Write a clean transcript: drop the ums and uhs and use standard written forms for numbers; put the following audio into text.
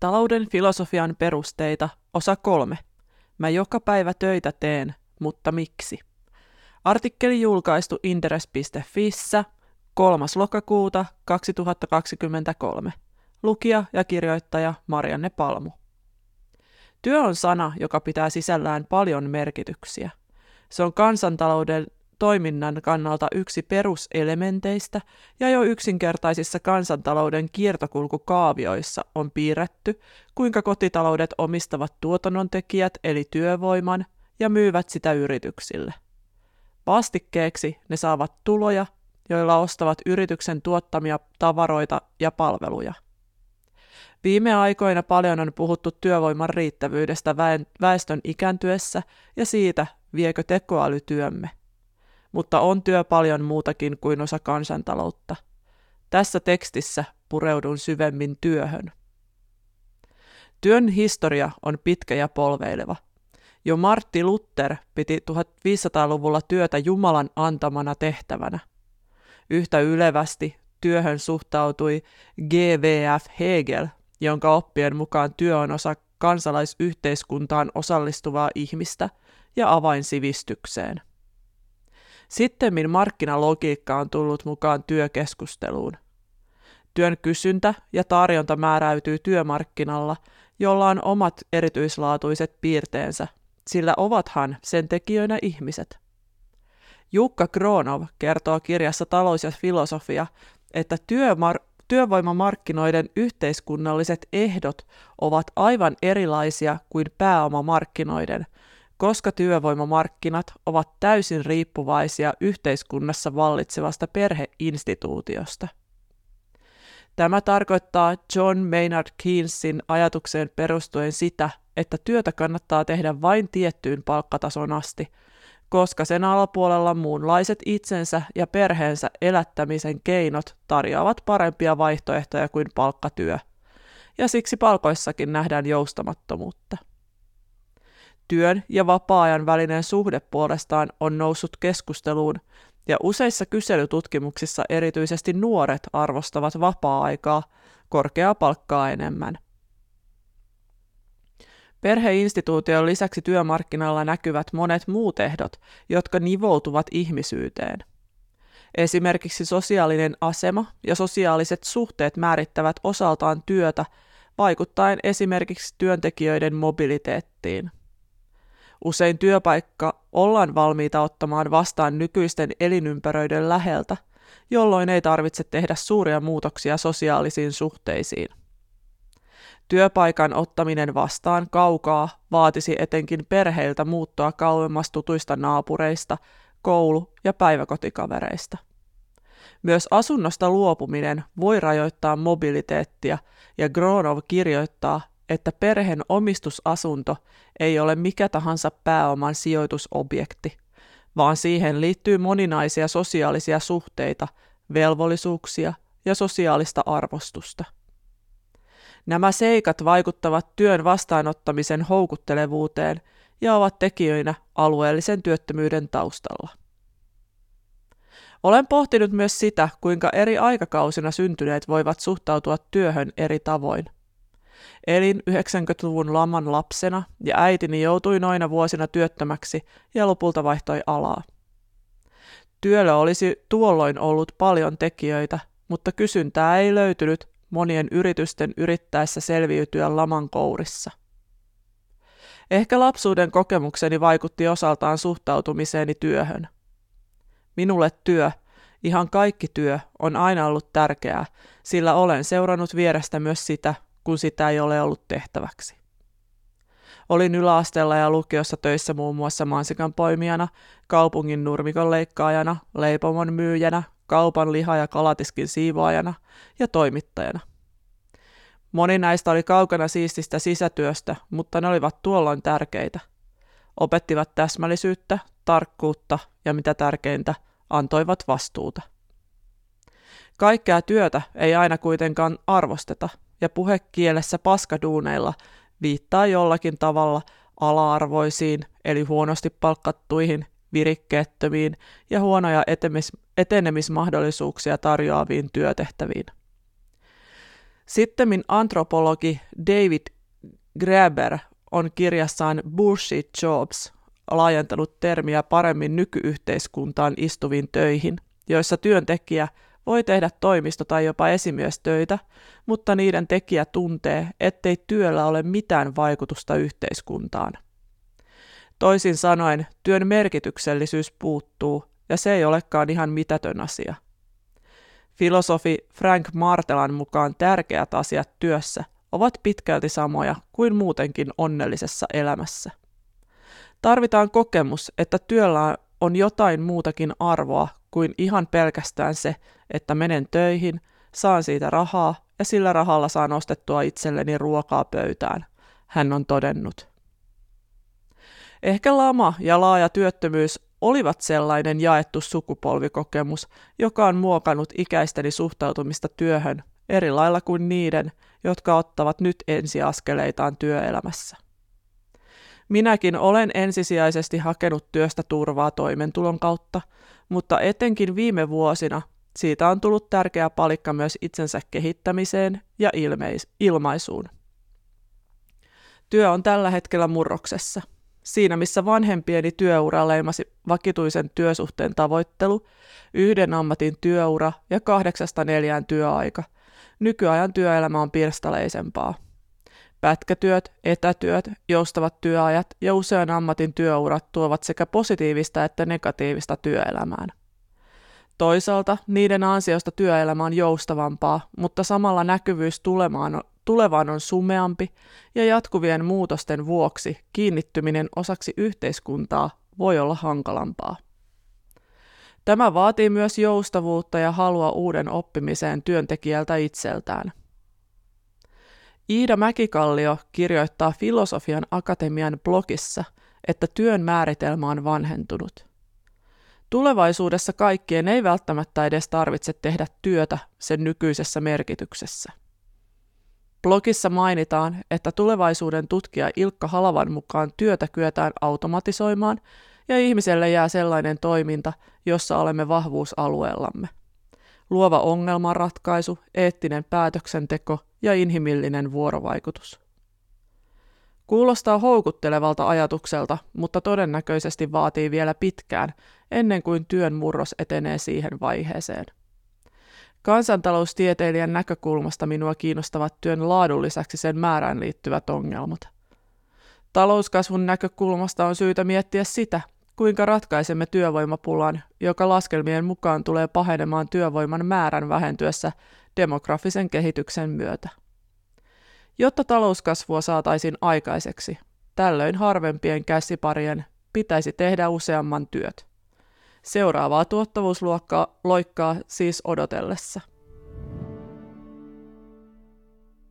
Talouden filosofian perusteita, osa 3. Mä joka päivä töitä teen, mutta miksi? Artikkeli julkaistu interes.fissä 3. lokakuuta 2023. Lukija ja kirjoittaja Marianne Palmu. Työ on sana, joka pitää sisällään paljon merkityksiä. Se on kansantalouden toiminnan kannalta yksi peruselementeistä, ja jo yksinkertaisissa kansantalouden kiertokulkukaavioissa on piirretty, kuinka kotitaloudet omistavat tuotannontekijät eli työvoiman ja myyvät sitä yrityksille. Vastikkeeksi ne saavat tuloja, joilla ostavat yrityksen tuottamia tavaroita ja palveluja. Viime aikoina paljon on puhuttu työvoiman riittävyydestä väestön ikääntyessä ja siitä, viekö tekoäly työmme. Mutta on työ paljon muutakin kuin osa kansantaloutta. Tässä tekstissä pureudun syvemmin työhön. Työn historia on pitkä ja polveileva. Jo Martti Luther piti 1500-luvulla työtä Jumalan antamana tehtävänä. Yhtä ylevästi työhön suhtautui G.W.F. Hegel, jonka oppien mukaan työ on osa kansalaisyhteiskuntaan osallistuvaa ihmistä ja avain sivistykseen. Sittemmin markkinalogiikka on tullut mukaan työkeskusteluun. Työn kysyntä ja tarjonta määräytyy työmarkkinalla, jolla on omat erityislaatuiset piirteensä, sillä ovathan sen tekijöinä ihmiset. Jukka Gronov kertoo kirjassa Talous ja filosofia, että työvoimamarkkinoiden yhteiskunnalliset ehdot ovat aivan erilaisia kuin pääomamarkkinoiden, koska työvoimamarkkinat ovat täysin riippuvaisia yhteiskunnassa vallitsevasta perheinstituutiosta. Tämä tarkoittaa John Maynard Keynesin ajatukseen perustuen sitä, että työtä kannattaa tehdä vain tiettyyn palkkatason asti, koska sen alapuolella muunlaiset itsensä ja perheensä elättämisen keinot tarjoavat parempia vaihtoehtoja kuin palkkatyö, ja siksi palkoissakin nähdään joustamattomuutta. Työn ja vapaa-ajan välinen suhde puolestaan on noussut keskusteluun, ja useissa kyselytutkimuksissa erityisesti nuoret arvostavat vapaa-aikaa korkeaa palkkaa enemmän. Perheinstituution lisäksi työmarkkinoilla näkyvät monet muut ehdot, jotka nivoutuvat ihmisyyteen. Esimerkiksi sosiaalinen asema ja sosiaaliset suhteet määrittävät osaltaan työtä, vaikuttaen esimerkiksi työntekijöiden mobiliteettiin. Usein työpaikka ollaan valmiita ottamaan vastaan nykyisten elinympäröiden läheltä, jolloin ei tarvitse tehdä suuria muutoksia sosiaalisiin suhteisiin. Työpaikan ottaminen vastaan kaukaa vaatisi etenkin perheiltä muuttoa kauemmas tutuista naapureista, koulu- ja päiväkotikavereista. Myös asunnosta luopuminen voi rajoittaa mobiliteettia, ja Gronov kirjoittaa, että perheen omistusasunto ei ole mikä tahansa pääoman sijoitusobjekti, vaan siihen liittyy moninaisia sosiaalisia suhteita, velvollisuuksia ja sosiaalista arvostusta. Nämä seikat vaikuttavat työn vastaanottamisen houkuttelevuuteen ja ovat tekijöinä alueellisen työttömyyden taustalla. Olen pohtinut myös sitä, kuinka eri aikakausina syntyneet voivat suhtautua työhön eri tavoin. Elin 90-luvun laman lapsena ja äitini joutui noina vuosina työttömäksi ja lopulta vaihtoi alaa. Työllä olisi tuolloin ollut paljon tekijöitä, mutta kysyntää ei löytynyt monien yritysten yrittäessä selviytyä laman kourissa. Ehkä lapsuuden kokemukseni vaikutti osaltaan suhtautumiseeni työhön. Minulle työ, ihan kaikki työ, on aina ollut tärkeää, sillä olen seurannut vierestä myös sitä, kun sitä ei ole ollut tehtäväksi. Olin yläasteella ja lukiossa töissä muun muassa mansikanpoimijana, kaupungin nurmikon leikkaajana, leipomon myyjänä, kaupan liha- ja kalatiskin siivoajana ja toimittajana. Moni näistä oli kaukana siististä sisätyöstä, mutta ne olivat tuolloin tärkeitä. Opettivat täsmällisyyttä, tarkkuutta ja mitä tärkeintä, antoivat vastuuta. Kaikkea työtä ei aina kuitenkaan arvosteta, ja puhekielessä paskaduuneilla viittaa jollakin tavalla ala-arvoisiin, eli huonosti palkkattuihin, virikkeettömiin ja huonoja etenemismahdollisuuksia tarjoaviin työtehtäviin. Sittemmin antropologi David Graeber on kirjassaan Bullshit Jobs laajentanut termiä paremmin nykyyhteiskuntaan istuviin töihin, joissa työntekijä voi tehdä toimisto- tai jopa esimiestöitä, mutta niiden tekijä tuntee, ettei työllä ole mitään vaikutusta yhteiskuntaan. Toisin sanoen, työn merkityksellisyys puuttuu, ja se ei olekaan ihan mitätön asia. Filosofi Frank Martelan mukaan tärkeät asiat työssä ovat pitkälti samoja kuin muutenkin onnellisessa elämässä. Tarvitaan kokemus, että työllä on jotain muutakin arvoa kuin ihan pelkästään se, että menen töihin, saan siitä rahaa ja sillä rahalla saan ostettua itselleni ruokaa pöytään, hän on todennut. Ehkä lama ja laaja työttömyys olivat sellainen jaettu sukupolvikokemus, joka on muokannut ikäisteni suhtautumista työhön eri lailla kuin niiden, jotka ottavat nyt ensiaskeleitaan työelämässä. Minäkin olen ensisijaisesti hakenut työstä turvaa toimeentulon kautta, mutta etenkin viime vuosina siitä on tullut tärkeä palikka myös itsensä kehittämiseen ja ilmaisuun. Työ on tällä hetkellä murroksessa. Siinä missä vanhempieni työura leimasi vakituisen työsuhteen tavoittelu, yhden ammatin työura ja 8–4 työaika, nykyajan työelämä on pirstaleisempaa. Pätkätyöt, etätyöt, joustavat työajat ja usean ammatin työurat tuovat sekä positiivista että negatiivista työelämään. Toisaalta niiden ansiosta työelämä on joustavampaa, mutta samalla näkyvyys tulevaan on sumeampi ja jatkuvien muutosten vuoksi kiinnittyminen osaksi yhteiskuntaa voi olla hankalampaa. Tämä vaatii myös joustavuutta ja halua uuden oppimiseen työntekijältä itseltään. Iida Mäkikallio kirjoittaa Filosofian Akatemian blogissa, että työn määritelmä on vanhentunut. Tulevaisuudessa kaikkien ei välttämättä edes tarvitse tehdä työtä sen nykyisessä merkityksessä. Blogissa mainitaan, että tulevaisuuden tutkija Ilkka Halavan mukaan työtä kyetään automatisoimaan ja ihmiselle jää sellainen toiminta, jossa olemme vahvuusalueellamme. Luova ongelmanratkaisu, eettinen päätöksenteko ja inhimillinen vuorovaikutus. Kuulostaa houkuttelevalta ajatukselta, mutta todennäköisesti vaatii vielä pitkään, ennen kuin työn murros etenee siihen vaiheeseen. Kansantaloustieteilijän näkökulmasta minua kiinnostavat työn laadun lisäksi sen määrään liittyvät ongelmat. Talouskasvun näkökulmasta on syytä miettiä sitä, kuinka ratkaisemme työvoimapulan, joka laskelmien mukaan tulee pahenemaan työvoiman määrän vähentyessä demografisen kehityksen myötä. Jotta talouskasvua saataisiin aikaiseksi, tällöin harvempien käsiparien pitäisi tehdä useamman työt. Seuraavaa tuottavuusloikkaa siis odotellessa.